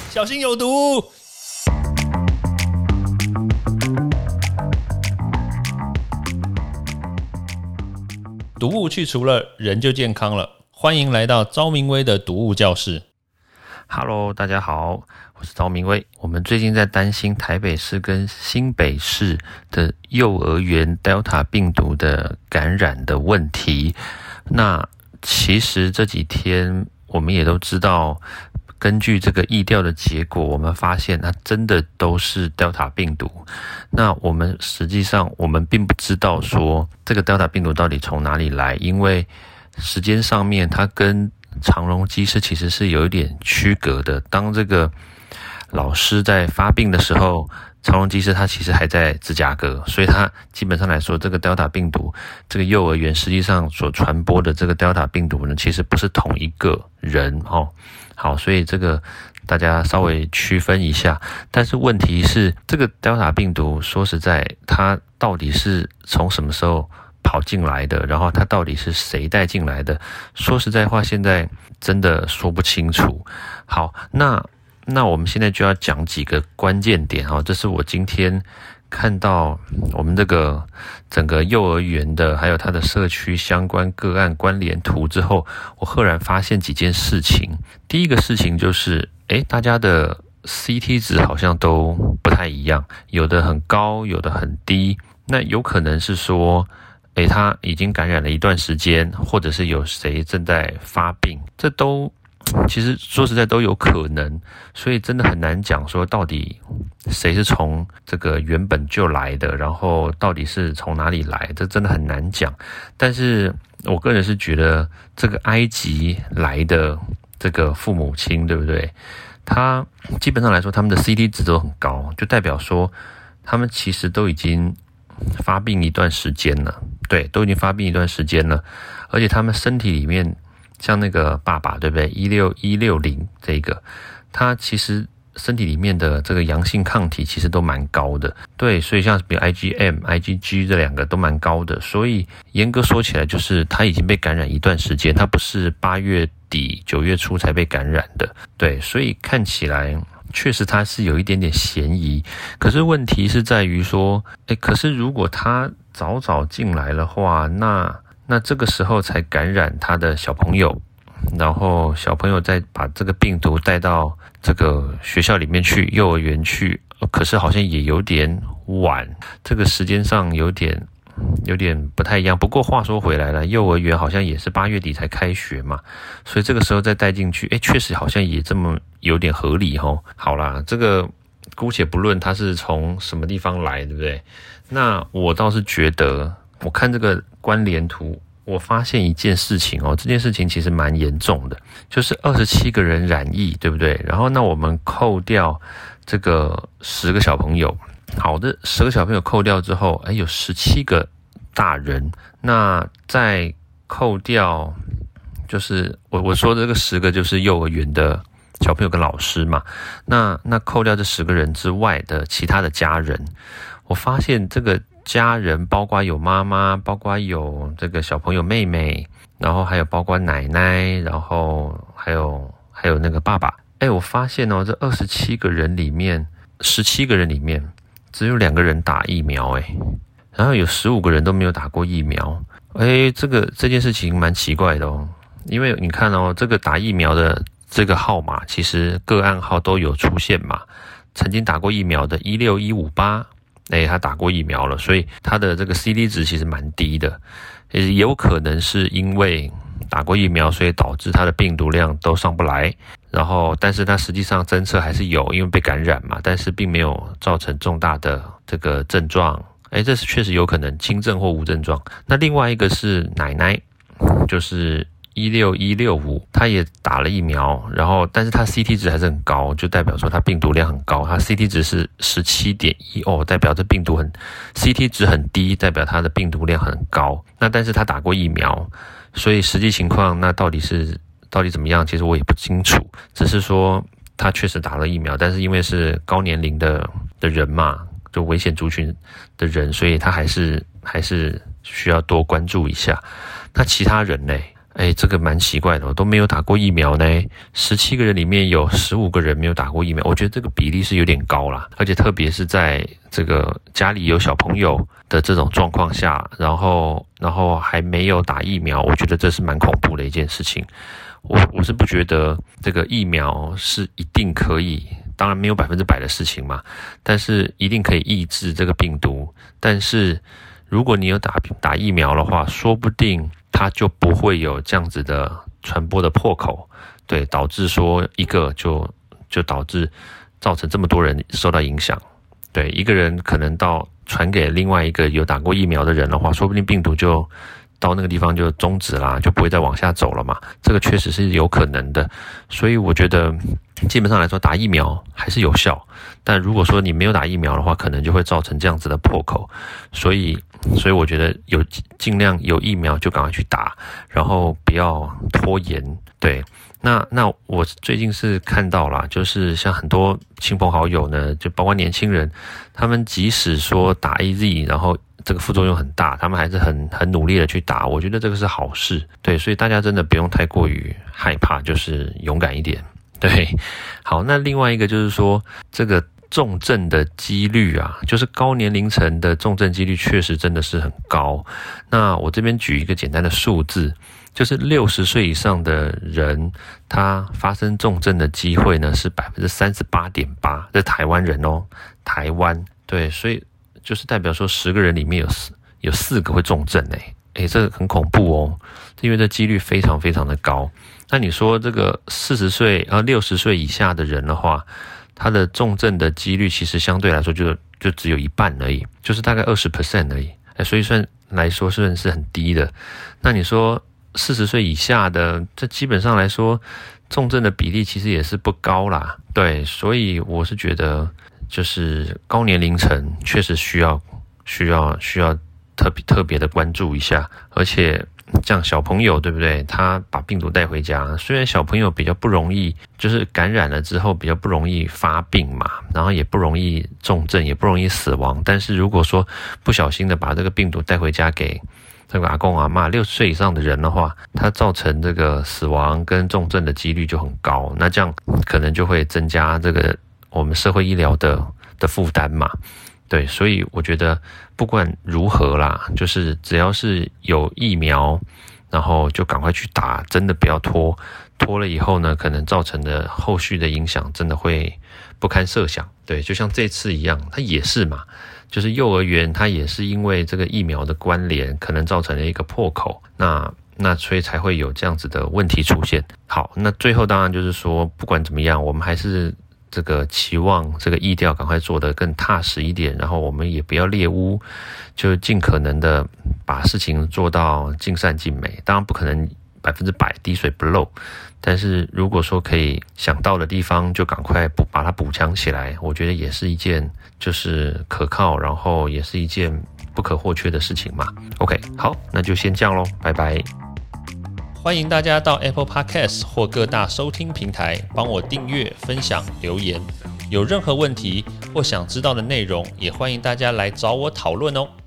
小心有毒。毒物去除了，人就健康了。欢迎来到昭明威的毒物教室。 Hello， 大家好，我是昭明威。我们最近在担心台北市跟新北市的幼儿园 Delta 病毒的感染的问题。那其实这几天我们也都知道，根据这个疫调的结果，我们发现它真的都是 Delta 病毒。那我们实际上我们并不知道说这个 Delta 病毒到底从哪里来，因为时间上面它跟长荣机师其实是有一点区隔的。当这个老师在发病的时候，长荣机师他其实还在芝加哥，所以他基本上来说，这个 Delta 病毒，这个幼儿园实际上所传播的这个 Delta 病毒呢，其实不是同一个人哦。好，所以这个大家稍微区分一下。但是问题是，这个 Delta 病毒说实在，它到底是从什么时候跑进来的，然后它到底是谁带进来的，说实在话现在真的说不清楚。好，那我们现在就要讲几个关键点哦，这是我今天看到我们这个整个幼儿园的还有它的社区相关个案关联图之后，我赫然发现几件事情。第一个事情就是大家的 CT 值好像都不太一样，有的很高，有的很低。那有可能是说他已经感染了一段时间，或者是有谁正在发病，这都其实说实在都有可能，所以真的很难讲说到底谁是从这个原本就来的，然后到底是从哪里来，这真的很难讲。但是我个人是觉得这个埃及来的这个父母亲，对不对？他基本上来说他们的 CT 值都很高，就代表说他们其实都已经发病一段时间了，对，都已经发病一段时间了，而且他们身体里面，像那个爸爸，对不对？16160这个，他其实身体里面的这个阳性抗体其实都蛮高的，对，所以像比如 IgM、IgG 这两个都蛮高的，所以严格说起来，就是他已经被感染一段时间，他不是8月底9月初才被感染的，对，所以看起来确实他是有一点点嫌疑。可是问题是在于说，可是如果他早进来的话，那这个时候才感染他的小朋友，然后小朋友再把这个病毒带到这个学校里面去，幼儿园去，可是好像也有点晚，这个时间上有点不太一样。不过话说回来了，幼儿园好像也是8月底才开学嘛，所以这个时候再带进去，确实好像也这么有点合理齁。好啦，这个姑且不论他是从什么地方来，对不对？那我倒是觉得，我看这个关联图，我发现一件事情哦，这件事情其实蛮严重的，就是27个人染疫，对不对？然后那我们扣掉这个10个小朋友，好的，10个小朋友扣掉之后，有17个大人，那再扣掉，就是我说的这个10个就是幼儿园的小朋友跟老师嘛，那扣掉这10个人之外的其他的家人，我发现这个家人包括有妈妈，包括有这个小朋友妹妹，然后还有包括奶奶，然后还有那个爸爸。我发现这27个人里面，17个人里面只有2个人打疫苗，然后有15个人都没有打过疫苗。这件事情蛮奇怪的哦，因为你看这个打疫苗的这个号码，其实个案号都有出现嘛，曾经打过疫苗的16158。他打过疫苗了，所以他的这个 CD 值其实蛮低的，也有可能是因为打过疫苗，所以导致他的病毒量都上不来，然后但是他实际上侦测还是有，因为被感染嘛，但是并没有造成重大的这个症状，这是确实有可能轻症或无症状。那另外一个是奶奶，就是16165，他也打了疫苗，然后但是他 CT 值还是很高，就代表说他病毒量很高，他 CT 值是 17.1 代表这病毒CT 值很低，代表他的病毒量很高。那但是他打过疫苗，所以实际情况那到底怎么样，其实我也不清楚，只是说他确实打了疫苗，但是因为是高年龄的人嘛，就危险族群的人，所以他还是需要多关注一下。那其他人呢？ 这个蛮奇怪的，都没有打过疫苗呢。17个人里面有15个人没有打过疫苗，我觉得这个比例是有点高啦，而且特别是在这个家里有小朋友的这种状况下，然后还没有打疫苗，我觉得这是蛮恐怖的一件事情。我是不觉得这个疫苗是一定可以，当然没有100%的事情嘛，但是一定可以抑制这个病毒。但是如果你有打疫苗的话，说不定它就不会有这样子的传播的破口，对，导致说一个就造成这么多人受到影响。对，一个人可能到传给另外一个有打过疫苗的人的话，说不定病毒就到那个地方就终止啦，就不会再往下走了嘛。这个确实是有可能的，所以我觉得基本上来说打疫苗还是有效，但如果说你没有打疫苗的话，可能就会造成这样子的破口。所以我觉得尽量有疫苗就赶快去打，然后不要拖延。对，那我最近是看到啦，就是像很多亲朋好友呢，就包括年轻人，他们即使说打 AZ， 然后这个副作用很大，他们还是很努力的去打，我觉得这个是好事。对，所以大家真的不用太过于害怕，就是勇敢一点。对，好，那另外一个就是说，这个重症的几率啊，就是高年龄层的重症几率确实真的是很高。那我这边举一个简单的数字，就是60岁以上的人，他发生重症的机会呢是 38.8%， 这是台湾人哦，台湾。对，所以就是代表说10个人里面有4个会重症这个很恐怖哦，因为这几率非常非常的高。那你说这个40岁60岁以下的人的话，他的重症的几率其实相对来说就只有一半而已，就是大概 20% 而已，所以算来说是很低的。那你说40岁以下的，这基本上来说重症的比例其实也是不高啦。对，所以我是觉得就是高年龄层确实需要特别的关注一下，而且像小朋友对不对？他把病毒带回家，虽然小朋友比较不容易，就是感染了之后比较不容易发病嘛，然后也不容易重症，也不容易死亡，但是如果说不小心的把这个病毒带回家给这个阿公阿嬷，60岁以上的人的话，他造成这个死亡跟重症的几率就很高，那这样可能就会增加这个我们社会医疗的负担嘛。对，所以我觉得不管如何啦，就是只要是有疫苗，然后就赶快去打，真的不要拖了以后呢，可能造成的后续的影响真的会不堪设想。对，就像这次一样，它也是嘛，就是幼儿园它也是因为这个疫苗的关联，可能造成了一个破口，那所以才会有这样子的问题出现。好，那最后当然就是说，不管怎么样，我们还是这个期望这个疫调赶快做得更踏实一点，然后我们也不要猎巫，就尽可能的把事情做到尽善尽美。当然不可能100%滴水不漏，但是如果说可以想到的地方就赶快把它补强起来，我觉得也是一件就是可靠，然后也是一件不可或缺的事情嘛。OK， 好，那就先这样咯，拜拜。 欢迎大家到 Apple Podcast 或各大收听平台帮我订阅、分享、留言。有任何问题或想知道的内容，也欢迎大家来找我讨论哦。